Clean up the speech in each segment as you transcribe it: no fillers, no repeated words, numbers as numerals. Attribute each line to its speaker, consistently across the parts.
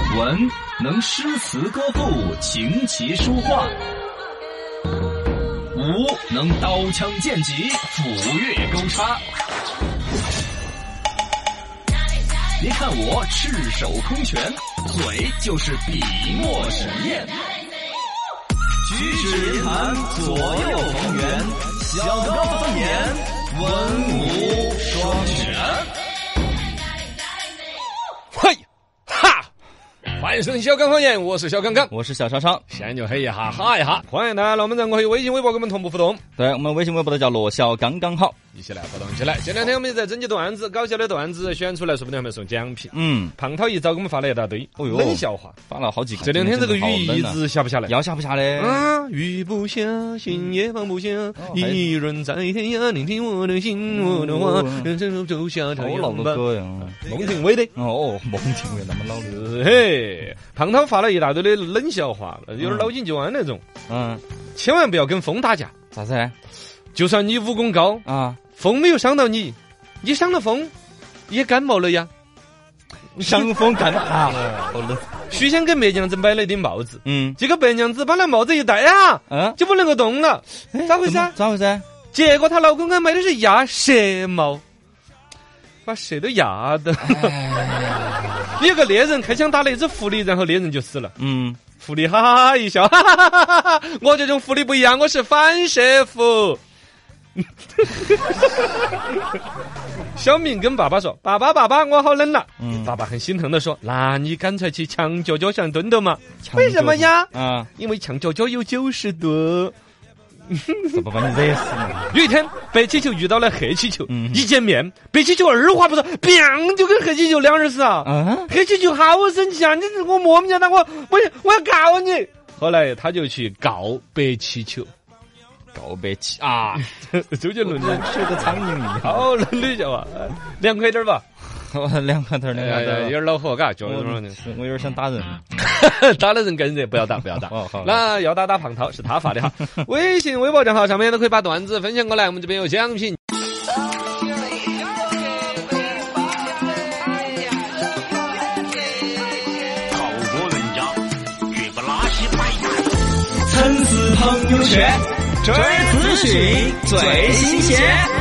Speaker 1: 文能诗词歌赋，琴棋书画；武能刀枪剑戟，斧钺钩叉。别看我赤手空拳，嘴就是笔墨纸砚。举止言谈左右逢源，小刚方言，文武双全。
Speaker 2: 嘿，哈！欢迎收听小刚方言，我是小刚刚，
Speaker 3: 我是小超超。
Speaker 2: 先就嘿一下哈一下，欢迎大家来我们人可以微信微博跟我们同步互动。
Speaker 3: 对，我们微信微博的叫罗小刚刚好，
Speaker 2: 一起来互动起来。这两天我们也在征集段子，搞笑的段子选出来，说不定还没送奖品。胖涛一早给我们发了一大堆冷笑话，
Speaker 3: 发了好几个。
Speaker 2: 这两天这个雨一直下不下来，
Speaker 3: 要下不下嘞？
Speaker 2: 啊，雨不下，心也放不下，一人在天涯，聆听我的心，我的话，人生走下太阳吧。
Speaker 3: 歌呀，
Speaker 2: 孟庭苇的。
Speaker 3: 哦，孟庭苇那么老的。
Speaker 2: 嘿，胖涛发了一大堆的冷笑话，有点脑筋急转弯那种。千万不要跟风打架。
Speaker 3: 啥子？
Speaker 2: 就算你武功高啊，风没有伤到你，你伤了风也感冒了呀。
Speaker 3: 伤风感冒啊！好冷。
Speaker 2: 徐仙给白娘子买了一顶帽子，结果白娘子把那帽子一戴啊，就不能够动了。咋回事？
Speaker 3: 咋回事？
Speaker 2: 结果她老公给买的是鸭舌帽，把舌都压的。有个猎人开枪打了一只狐狸，然后猎人就死了。狐狸哈哈哈一笑，哈哈哈哈哈哈！我这种狐狸不一样，我是反射弧。小明跟爸爸说：“爸爸，我好冷了。”爸爸很心疼的说：“那你干脆去墙角角上蹲蹲嘛。”为什么呀？因为墙角角有90度。
Speaker 3: 怎么把你热死了？
Speaker 2: 有一天，白气球遇到了黑气球，一见面，白气球二话不说，biang就跟黑气球两人死啊！黑气球好生气啊！你我莫名其妙，我要告你。后来他就去告白气球，
Speaker 3: 告白气啊！
Speaker 2: 周杰伦
Speaker 3: 是个苍蝇一样，
Speaker 2: 好冷的笑话，凉快点吧。
Speaker 3: 两块头，有
Speaker 2: 点恼火，嘎，我
Speaker 3: 有点想打人，
Speaker 2: 打了人更热，不要打。那要打胖涛，是他发的哈。微信、微博账号上面都可以把段子分享过来，我们这边有奖品。
Speaker 1: 好多人家绝不拉稀摆烂，
Speaker 3: 层次朋友圈，追资讯最新鲜。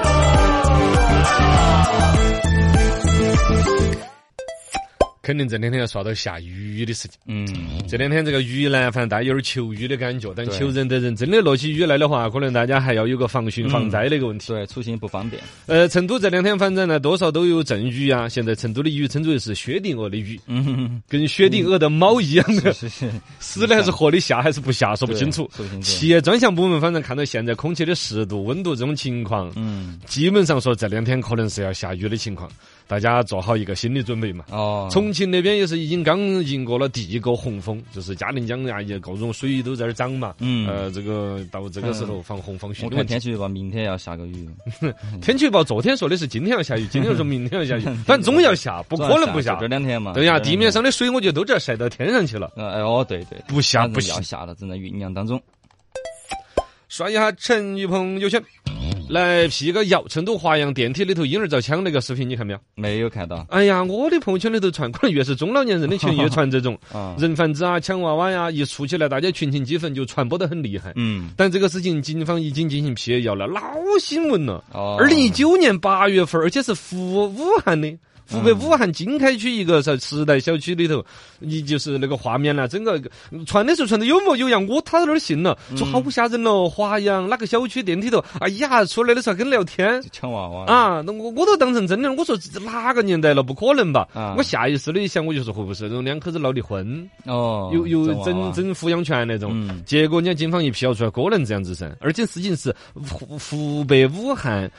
Speaker 2: 肯定这两天要刷到下雨的事情。这两天这个雨呢，反正大家有点求雨的感觉，但求人的人真的落起雨来的话，可能大家还要有个防汛防灾的一个问题。
Speaker 3: 对，出行不方便。
Speaker 2: 成都这两天反正呢，多少都有阵雨啊。现在成都的雨称之为是薛定谔的雨，跟薛定谔的猫一样的，死的还是活的，下还是不下，说不清楚。企业专项部门反正看到现在空气的湿度、温度这种情况，基本上说这两天可能是要下雨的情况。大家做好一个心理准备嘛。重庆那边也是已经刚迎过了第一个洪峰，就是嘉陵江啊，也各种水都在这涨嘛。这个到这个时候防洪防汛。
Speaker 3: 我看天气预报明天要下个雨。
Speaker 2: 天气预报昨天说的是今天要下雨，今天说明天要下雨，反正总要下，不可能不下。
Speaker 3: 这两天嘛。
Speaker 2: 对呀，地面上的水我觉得都这晒到天上去了。
Speaker 3: 对，
Speaker 2: 不下不行，
Speaker 3: 要下了，正在酝酿当中。
Speaker 2: 刷一下陈玉鹏优选。来辟个谣，成都华阳电梯里头婴儿遭枪那个视频你看没有？
Speaker 3: 没有看到。
Speaker 2: 哎呀，我的朋友圈里头传，可能越是中老年人的群越传这种人贩子啊、抢娃娃呀，一出起来大家群情激愤，就传播得很厉害。但这个事情警方已经进行辟谣了，老新闻了。2019年8月份，而且是武汉的。湖北武汉经开区一个在时代小区里头，你就是那个画面了，整个传的时候传的有模有样，我他那儿信了，说好吓人了，华阳哪个小区电梯头，哎呀，出来的时候跟聊天，
Speaker 3: 抢娃娃
Speaker 2: 啊，那我都当成真的，我说哪个年代了，不可能吧？我下意识的一想，我就说会不会是那种两口子闹离婚，有争抚养权那种，结果人家警方一辟谣出来，可能这样子噻，而且事情是湖北武汉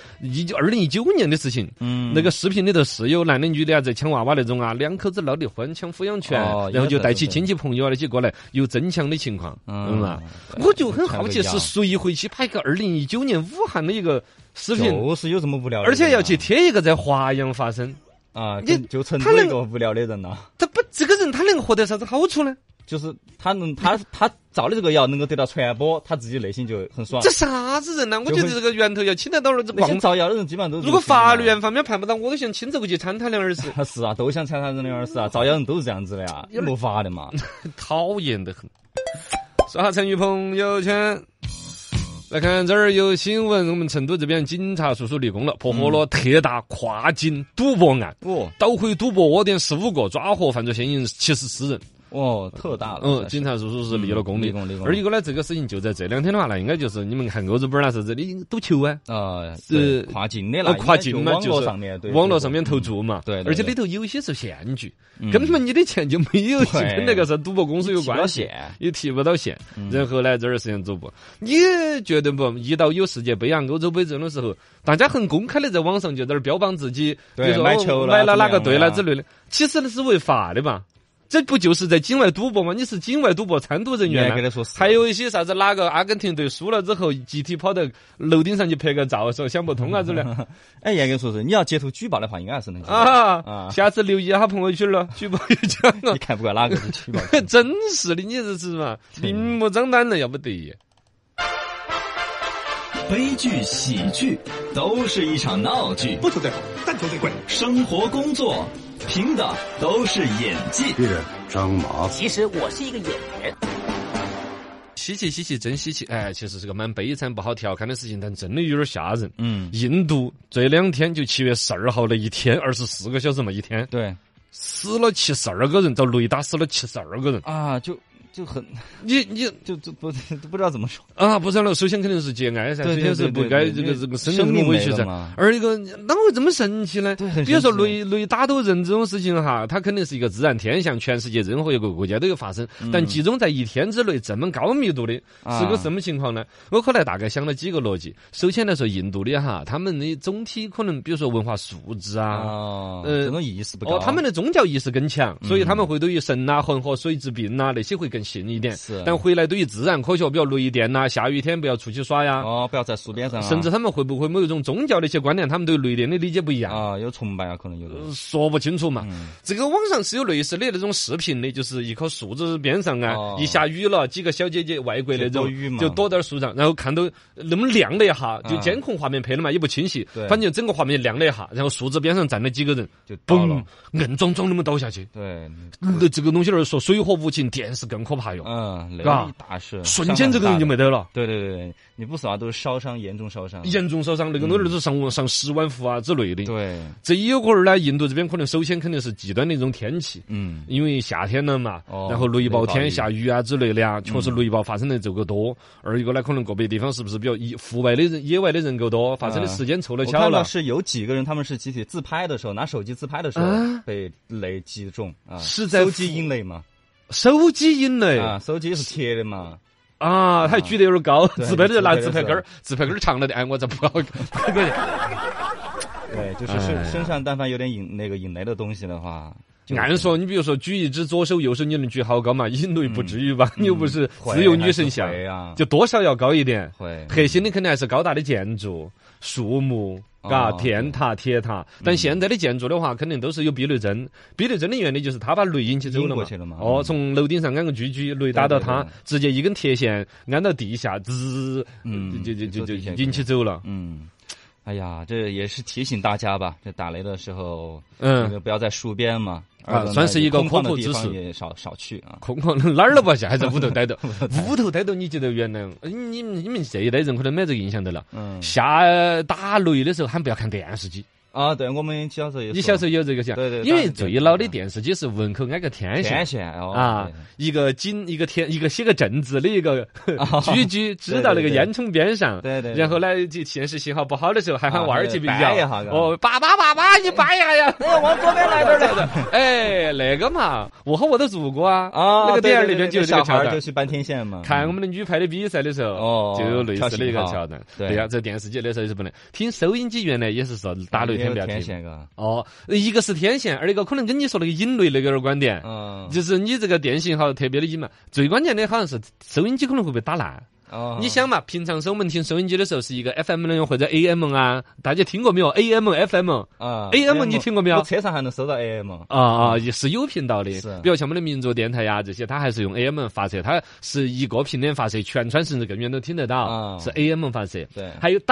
Speaker 2: 2019年的事情，那个视频里头是有男的女的啊在抢娃娃那种啊，两口子闹离婚抢抚养权，然后就带起亲戚朋友啊那些过来有争抢的情况，我就很好奇是谁回去拍个2019年武汉的一个视频，
Speaker 3: 就是有这么无聊的，
Speaker 2: 而且要去贴一个在华阳发生
Speaker 3: 啊，就成都一个无聊的人呐。
Speaker 2: 这个人他能获得啥子好处呢？
Speaker 4: 就是他造的这个谣能够得到传播，他自己内心就很爽。
Speaker 2: 这啥子人呢？我觉得这个源头要请得到了，
Speaker 4: 那些造谣的人基本上都是。
Speaker 2: 如果法律方面判不到，我都想亲自过去铲他两耳屎。
Speaker 4: 是啊，都想铲他两耳屎啊！造谣人都是这样子的呀，没法的嘛，
Speaker 2: 讨厌得很。刷成语朋友圈。来看这儿有新闻，我们成都这边警察叔叔立功了，破获了特大跨境赌博案，捣毁赌博窝点15个，抓获犯罪嫌疑人74人。
Speaker 4: 特大了。
Speaker 2: 警察叔叔是立了功的。而一个呢，这个事情就在这2天的话呢，应该就是你们看欧洲本儿那是这里赌球啊，
Speaker 4: 跨境的了，
Speaker 2: 跨境嘛，就是网络上面投注嘛，
Speaker 4: 对，
Speaker 2: 而且里头有些是骗局，根本你的钱就没有跟那个是赌博公司有关系，也提不到现。然后呢，这儿实现主播，你觉得不？一到有世界杯啊、欧洲杯这种时候，大家很公开的在网上就在那儿标榜自己，比如说买了哪个队了之类的，其实那是违法的吧？这不就是在境外赌博吗？你是境外赌博参赌人员啊，还有一些啥子哪个阿根廷队输了之后集体跑到楼顶上去拍个照，说想不通啊之类。
Speaker 4: 哎，严格说是你要街头举报的话，应该还是能
Speaker 2: 下次留意下朋友圈了，举报一下。
Speaker 4: 你看不惯哪个是举报？
Speaker 2: 真是的，你这是嘛，明目张胆的，要不得。
Speaker 1: 悲剧、喜剧都是一场闹剧，
Speaker 5: 不求最好，但求最贵。
Speaker 1: 生活、工作，凭的都是演技。
Speaker 5: 别人张麻子，
Speaker 6: 其实我是一个演员。
Speaker 2: 稀奇，真稀奇！哎，其实是个蛮悲惨、不好调侃的事情，但真的有点吓人。印度这2天就7月12号的一天，24个小时嘛，一天，
Speaker 4: 对，
Speaker 2: 死了72个人，遭雷打死了72个人
Speaker 4: 啊！就很，
Speaker 2: 你
Speaker 4: 就不知道怎么说
Speaker 2: 啊！不知道了，首先肯定是节哀噻，首先是不该这个生命委屈噻。而一个哪会这么神奇呢？比如说雷打到人这种事情哈，它肯定是一个自然天象，全世界任何一个国家都有发生，但集中在一天之内这么高密度的，是个什么情况呢？我后来大概想了几个逻辑。首先来说，印度的哈，他们的总体可能比如说文化素质啊，
Speaker 4: 这种意识不高，
Speaker 2: 他们的宗教意识更强，所以他们会对于神啊、恒河、水治病啊那些会更信一点，但回来对于自然科学，比如雷电呐，下雨天不要出去耍呀，
Speaker 4: 不要在树边上，
Speaker 2: 甚至他们会不会某一种宗教的一些观念，他们对雷电的理解不一样
Speaker 4: 啊，有崇拜啊，可能有
Speaker 2: 说不清楚嘛。这个网上是有类似的那种视频的，就是一棵树枝边上啊，一下雨了，几个小姐姐外国那种就躲在树上，然后看到那么亮了一下，就监控画面拍的嘛，也不清晰，反正整个画面亮了一下，然后树枝边上站了几个人，
Speaker 4: 就嘣，
Speaker 2: 硬装那么倒下去。
Speaker 4: 对，
Speaker 2: 这个东西儿说水火无情，电是更可怕哟。
Speaker 4: 那个大事，
Speaker 2: 瞬间这个人就没得了。
Speaker 4: 对，你不说都是烧伤，严重烧伤，
Speaker 2: 那个都是上10万伏啊之类的。
Speaker 4: 对，
Speaker 2: 这一会儿呢，印度这边可能首先肯定是极端的一种天气，因为夏天了嘛，然后雷暴天下雨啊之类的呀，确实雷暴发生的这个多。而一个呢，可能个别地方是不是比较户外的人、野外的人够多，发生的时间凑了巧了。我看
Speaker 4: 到是有几个人，他们是集体自拍的时候，拿手机自拍的时候被雷击中啊，
Speaker 2: 是在
Speaker 4: 手机引雷嘛？
Speaker 2: 手机引雷
Speaker 4: 啊，手机是铁的嘛？
Speaker 2: 他还举得有点高，自拍的人拿自拍杆长了的，哎，我这不好。
Speaker 4: 对，就是身上但凡有点引雷的东西的话，
Speaker 2: 按说你比如说举一只左手右手，你能举好高嘛？引雷不至于吧？你又不是自由女神像，就多少要高一点。核心的肯定还是高大的建筑、树木。电塔、铁塔，但现在的建筑的话，肯定都是有避雷针。避雷针的原理就是它把雷引起走了嘛。从楼顶上安个狙，雷打到它，直接一根铁线安到地下，滋，就引起走了。
Speaker 4: 哎呀，这也是提醒大家吧，这打雷的时候，不要在树边嘛。
Speaker 2: 算是一个科普知识，
Speaker 4: 也少去啊。
Speaker 2: 空旷哪儿都不下，还在屋头待着。屋头待着，你记得原来你们这一代人可能没这个印象的了。下打雷的时候，还不要看电视机。
Speaker 4: 对，我们小时候
Speaker 2: 你小时候有这个想？
Speaker 4: 对，
Speaker 2: 因为最老的电视机是门口安个天线一个井一个天一个写个正字的一个居支到那个烟囱边上，
Speaker 4: 对，
Speaker 2: 然后呢，电视信号不好的时候还喊娃儿去
Speaker 4: 摇一下，
Speaker 2: 爸爸，你掰一下呀，
Speaker 4: 往左边来点的，
Speaker 2: 哎，那个嘛，我都做过啊，那个电影里边就有这个桥段，
Speaker 4: 就去搬天线嘛。
Speaker 2: 看我们的女排的比赛的时候，就有类似的一个桥段。对呀，这电视机那时候是不能听收音机，原来也是说打雷。
Speaker 4: 天线
Speaker 2: 一个是天线，而一个可能跟你说那个引雷那个有点关联，就是你这个电信号特别的引嘛，最关键的好像是收音机可能会被打烂。 你想嘛，平常时我们听收音机的时候是一个 FM 的或者 AM 啊，大家听过没有 ？AM、FM 啊 ，AM 你听过没有？
Speaker 4: 我车上还能收到 AM
Speaker 2: 也是有频道的。比如像我们的民族电台呀这些，它还是用 AM 发射，它是一个频点发射，全川甚至更远都听得到，是 AM 发射。
Speaker 4: 对，
Speaker 2: 还有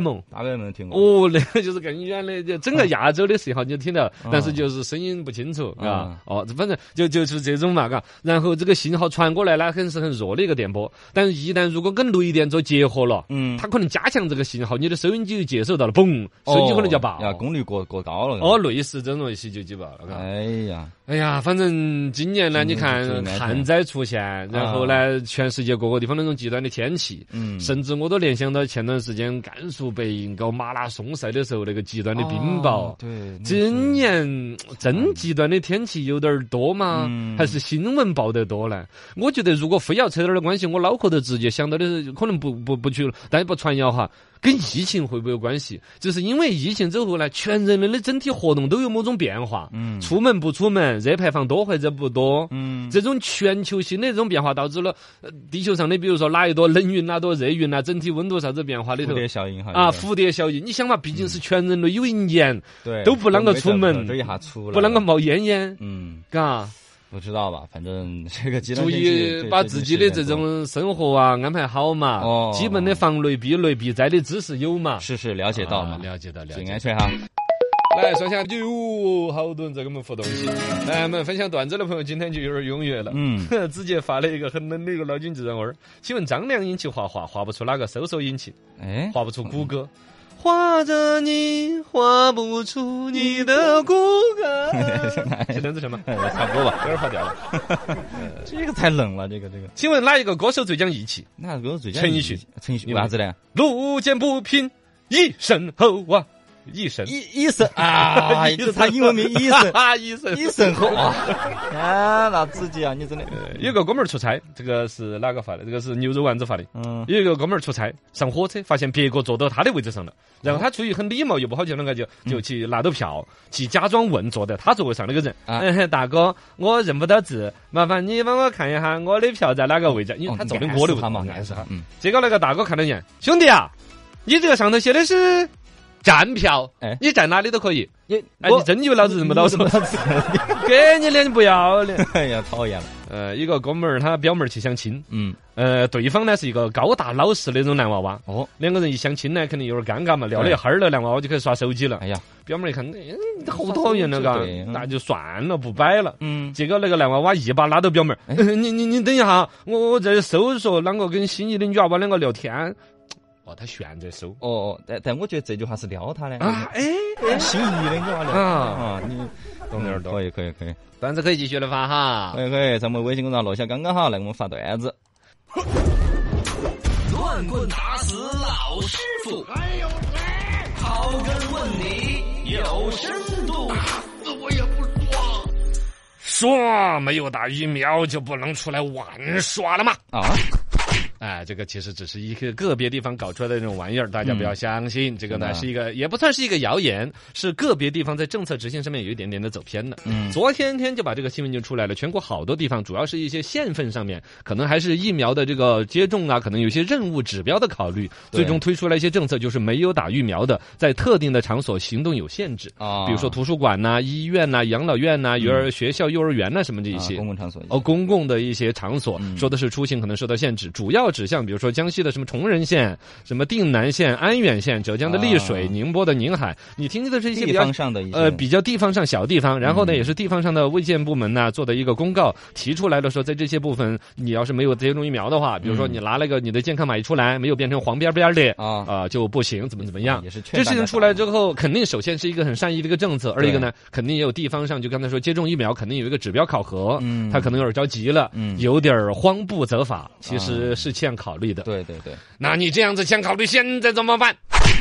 Speaker 2: WM
Speaker 4: 听过。
Speaker 2: 那个就是更远的，整个亚洲的信号你就听到，但是就是声音不清楚，反正就是这种嘛，然后这个信号传过来呢，是很弱的一个电波，但一旦如果跟雷电做结合了，它可能加强这个信号，你的收音机就接收到了，嘣，收音机可能就爆，
Speaker 4: 功率过高了。
Speaker 2: 类似这种东西就爆了。
Speaker 4: 哎呀，
Speaker 2: 反正今年呢，你看旱灾出现，然后呢，全世界各个地方那种极端的天气，甚至我都联想到前段时间甘肃北营搞马拉松赛的时候那个极端的冰雹。
Speaker 4: 对，
Speaker 2: 今年真极端的天气有点多吗？还是新闻报得多呢？我觉得如果非要扯点关系，我脑壳头直接想到的是可能不去了，但也不传谣哈。跟疫情会不会有关系？就是因为疫情之后呢，全人类的整体活动都有某种变化。出门不出门，热排放多或者不多。这种全球性的这种变化导致了地球上的，比如说哪一朵冷云哪朵热云啊，整体温度啥子变化里头。
Speaker 4: 蝴蝶效应
Speaker 2: 蝴蝶效应。你想嘛，毕竟是全人类有一年都不啷个出门，不啷个冒烟烟。嘎。
Speaker 4: 不知道吧，反正这个
Speaker 2: 注意把自己的这种生活安排好嘛，基本的防雷避雷避灾的知识有嘛，
Speaker 4: 是了解到嘛，
Speaker 2: 了解到，
Speaker 4: 注意安全哈。
Speaker 2: 来说下好多人在跟我们互动起，来我们分享段子的朋友今天就有点踊跃了，直接发了一个很冷的一个脑筋急转弯，请问张良引起画不出哪个搜索引擎？画不出谷歌。画着你，画不出你的骨骼。是梁子成吗？
Speaker 4: 差不多吧，
Speaker 2: 有点跑调了。
Speaker 4: 这个太冷了，这个。
Speaker 2: 请问哪一个歌手最讲义气？
Speaker 4: 那歌手最讲
Speaker 2: 陈奕迅。
Speaker 4: 为啥子呢？
Speaker 2: 路见不平一声吼啊！一声
Speaker 4: 啊！就是他英文名一声吼啊！那自己啊，你真的
Speaker 2: 有个哥们儿出差，这个是哪个发的？这个是牛肉丸子发的。有一个哥们儿出差上火车，发现别个坐到他的位置上了，然后他出于很礼貌又不好讲那个就去拿到票，去假装问坐在他座位上那个人，大哥，我认不到字，麻烦你帮我看一下我的票在哪个位置？因为他坐的我的位置嘛，暗示哈。结果那个大哥看了一眼，兄弟啊，你这个上头写的是站票，你站哪里都可以。你真以为老子认不到什么？给你脸不要脸！
Speaker 4: 哎呀，讨厌了。
Speaker 2: 一个哥们儿他表妹儿去相亲，对方呢是一个高大老实的那种男娃娃。两个人一相亲呢，肯定有点尴尬嘛，聊了一会儿了，男娃娃就开始刷手机了。哎呀，表妹儿一看，好讨厌那个，那就算了，不摆了。结果那个男娃娃一把拉到表妹儿，你等一下，我在搜索啷个跟心仪的女娃娃两个聊天。他选择收
Speaker 4: 但我觉得这句话是撩他的心仪的女娃
Speaker 2: 聊你懂点儿多，
Speaker 4: 可以，
Speaker 2: 段子可以继续来发哈，
Speaker 4: 可以，在我们微信公众号楼下刚刚好来给我们发段子。
Speaker 1: 乱棍打死老师傅，还有谁？刨根问底有深度，打死我也不说。
Speaker 2: 说没有打疫苗就不能出来玩耍了吗？这个其实只是一个个别地方搞出来的那种玩意儿，大家不要相信。这个呢是一个也不算是一个谣言，是个别地方在政策执行上面有一点点的走偏了。昨天就把这个新闻就出来了，全国好多地方主要是一些县份上面，可能还是疫苗的这个接种啊，可能有些任务指标的考虑，最终推出来一些政策，就是没有打疫苗的，在特定的场所行动有限制比如说图书馆呐、医院呐、养老院呐、学校、幼儿园呐什么这些
Speaker 4: 公共场所
Speaker 2: 公共的一些场所，说的是出行可能受到限制，主要指向比如说江西的什么崇仁县、什么定南县、安远县、浙江的丽水、宁波的宁海，你听的是一些
Speaker 4: 地方上的一些
Speaker 2: 比较地方上小地方，然后呢也是地方上的卫健部门做的一个公告，提出来了说，在这些部分你要是没有接种疫苗的话，比如说你拿了个你的健康码一出来没有变成黄边边的就不行，怎么样。这事情出来之后，肯定首先是一个很善意的一个政策，而一个呢肯定也有地方上就刚才说接种疫苗肯定有一个指标考核，他可能有点着急了，有点慌不择法，其实是欠考虑的。
Speaker 4: 对，
Speaker 2: 那你这样子欠考虑，现在怎么办？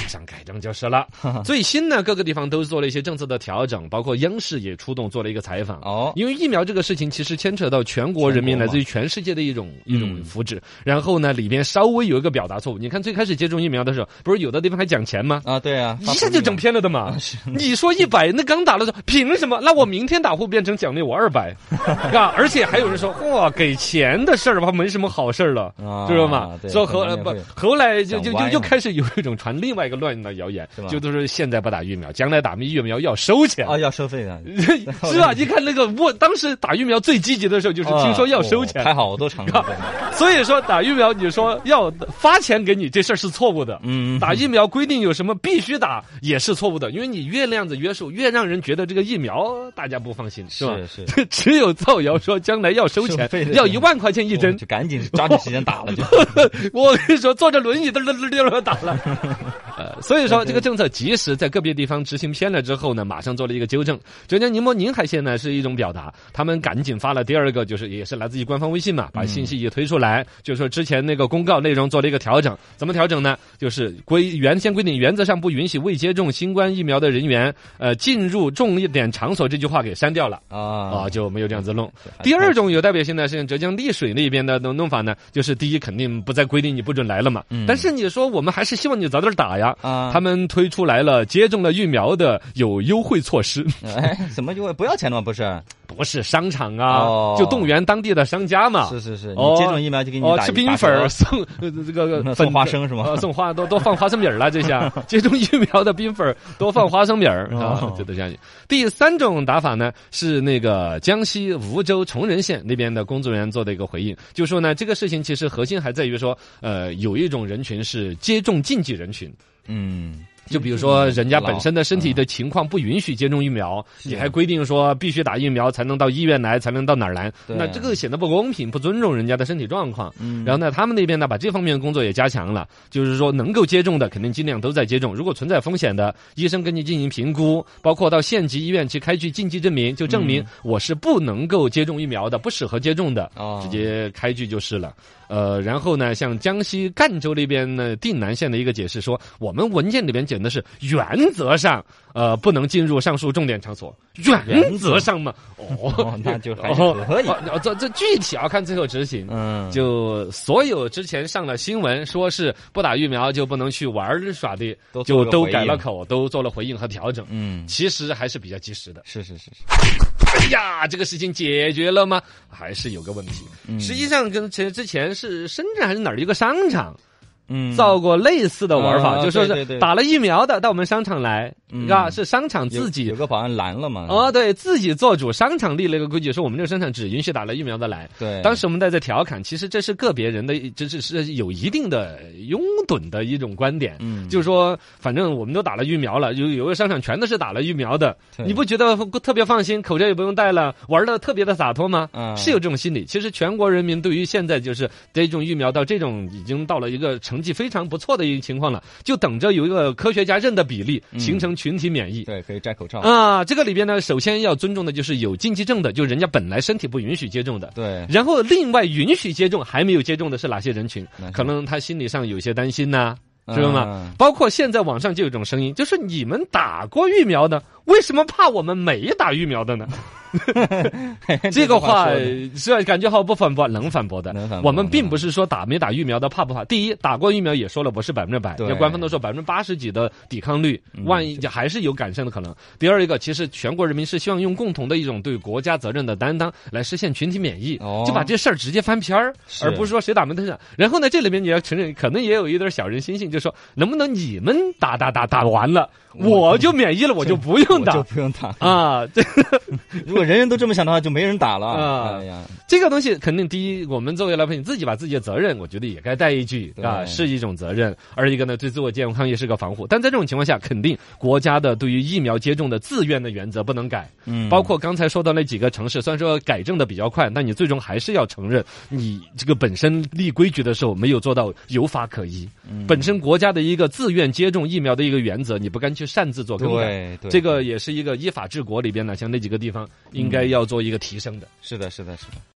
Speaker 2: 上盖章就是了。最新呢，各个地方都做了一些政策的调整，包括央视也出动做了一个采访。因为疫苗这个事情其实牵扯到全国人民，来自于全世界的一种福祉。然后呢，里边稍微有一个表达错误。你看最开始接种疫苗的时候，不是有的地方还讲钱吗？
Speaker 4: 对啊，
Speaker 2: 一下就整偏了的嘛。你说100，那刚打了说凭什么？那我明天打会变成奖励我200，啊！而且还有人说，哇，给钱的事儿吧，没什么好事儿了，知道吗？所以后来就又开始有一种传另外一个乱的谣言，就都是现在不打疫苗，将来打疫苗要收钱
Speaker 4: 要收费的。
Speaker 2: 是啊，你看那个我当时打疫苗最积极的时候，就是听说要收钱，
Speaker 4: 开好多场子。
Speaker 2: 所以说打疫苗，你说要发钱给你，这事儿是错误的。打疫苗规定有什么必须打也是错误的，因为你越那样子约束，越让人觉得这个疫苗大家不放心，是吧？是。只有造谣说将来要收钱，要1万块钱一针，
Speaker 4: 就赶紧抓紧时间打了就。
Speaker 2: 我跟你说，坐着轮椅都打了。所以说这个政策及时在个别地方执行偏了之后呢，马上做了一个纠正。浙江宁波宁海县呢是一种表达，他们赶紧发了第二个，就是也是来自于官方微信嘛，把信息也推出来，就是说之前那个公告内容做了一个调整。怎么调整呢？就是原先规定原则上不允许未接种新冠疫苗的人员进入重点场所，这句话给删掉了就没有这样子弄。第二种有代表性的是浙江丽水那边的弄法呢，就是第一肯定不再规定你不准来了嘛，但是你说我们还是希望你早点打呀。他们推出来了接种了疫苗的有优惠措施。
Speaker 4: 什么优惠？不要钱了吗？不是
Speaker 2: 商场啊，就动员当地的商家嘛。
Speaker 4: 是，你接种疫苗就给你打
Speaker 2: 吃冰粉送这个
Speaker 4: 送花生是吗？
Speaker 2: 送花多放花生米了这下。接种疫苗的冰粉多放花生米就都这样。第三种打法呢是那个江西梧州崇仁县那边的工作人员做的一个回应，就说呢这个事情其实核心还在于说有一种人群是接种禁忌人群。就比如说人家本身的身体的情况不允许接种疫苗，你还规定说必须打疫苗才能到医院来，才能到哪儿来，那这个显得不公平，不尊重人家的身体状况。然后呢他们那边呢把这方面的工作也加强了，就是说能够接种的肯定尽量都在接种，如果存在风险的，医生跟你进行评估，包括到县级医院去开具禁忌证明，就证明我是不能够接种疫苗的，不适合接种的，直接开具就是了。然后呢像江西赣州那边呢定南县的一个解释说，我们文件里边讲的是原则上不能进入上述重点场所，原则上嘛。
Speaker 4: 那就还是可以。
Speaker 2: 这具体要看最后执行。就所有之前上了新闻说是不打疫苗就不能去玩耍的，就都改了口，都做了回应和调整。其实还是比较及时的。
Speaker 4: 是。
Speaker 2: 哎呀，这个事情解决了吗？还是有个问题。实际上跟之前是深圳还是哪儿一个商场造过类似的玩法，就说是打了疫苗的到我们商场来，是商场自己
Speaker 4: 有个保安拦了嘛？
Speaker 2: 对，自己做主，商场立了一个规矩，说我们这个商场只允许打了疫苗的来。
Speaker 4: 对，
Speaker 2: 当时我们在调侃，其实这是个别人的，这是有一定的拥趸的一种观点。就是说，反正我们都打了疫苗了，有个商场全都是打了疫苗的，你不觉得特别放心，口罩也不用戴了，玩的特别的洒脱吗？是有这种心理。其实全国人民对于现在就是这种疫苗到这种已经到了一个成绩非常不错的一个情况了，就等着有一个科学家认的比例形成群体免疫。
Speaker 4: 对，可以摘口罩
Speaker 2: 这个里边呢，首先要尊重的就是有禁忌症的，就人家本来身体不允许接种的。
Speaker 4: 对，
Speaker 2: 然后另外允许接种还没有接种的是哪些人群？可能他心理上有些担心呐。知道吗？包括现在网上就有一种声音，就是你们打过疫苗的，为什么怕我们没打疫苗的呢？这个话是感觉好不反驳，能反驳的。我们并不是说打没打疫苗的怕不怕。第一，打过疫苗也说了不是100%，那官方都说80%几的抵抗率，万一还是有改善的可能。第二一个，其实全国人民是希望用共同的一种对国家责任的担当来实现群体免疫，就把这事儿直接翻篇儿，而不是说谁打没得上。然后呢，这里面你要承认，可能也有一点小人心性，就说能不能你们打完了，我就免疫了，我就不用打，
Speaker 4: 就不用打
Speaker 2: 啊。
Speaker 4: 如果人人都这么想的话，就没人打了
Speaker 2: 啊！这个东西肯定，第一，我们作为老百姓自己把自己的责任，我觉得也该带一句是一种责任；而一个呢，对自我健康也是个防护。但在这种情况下，肯定国家的对于疫苗接种的自愿的原则不能改。包括刚才说到那几个城市，虽然说改正的比较快，但你最终还是要承认，你这个本身立规矩的时候没有做到有法可依。本身国家的一个自愿接种疫苗的一个原则，你不敢去擅自做更改。这个也是一个依法治国里边呢，像那几个地方应该要做一个提升的。
Speaker 4: 是的。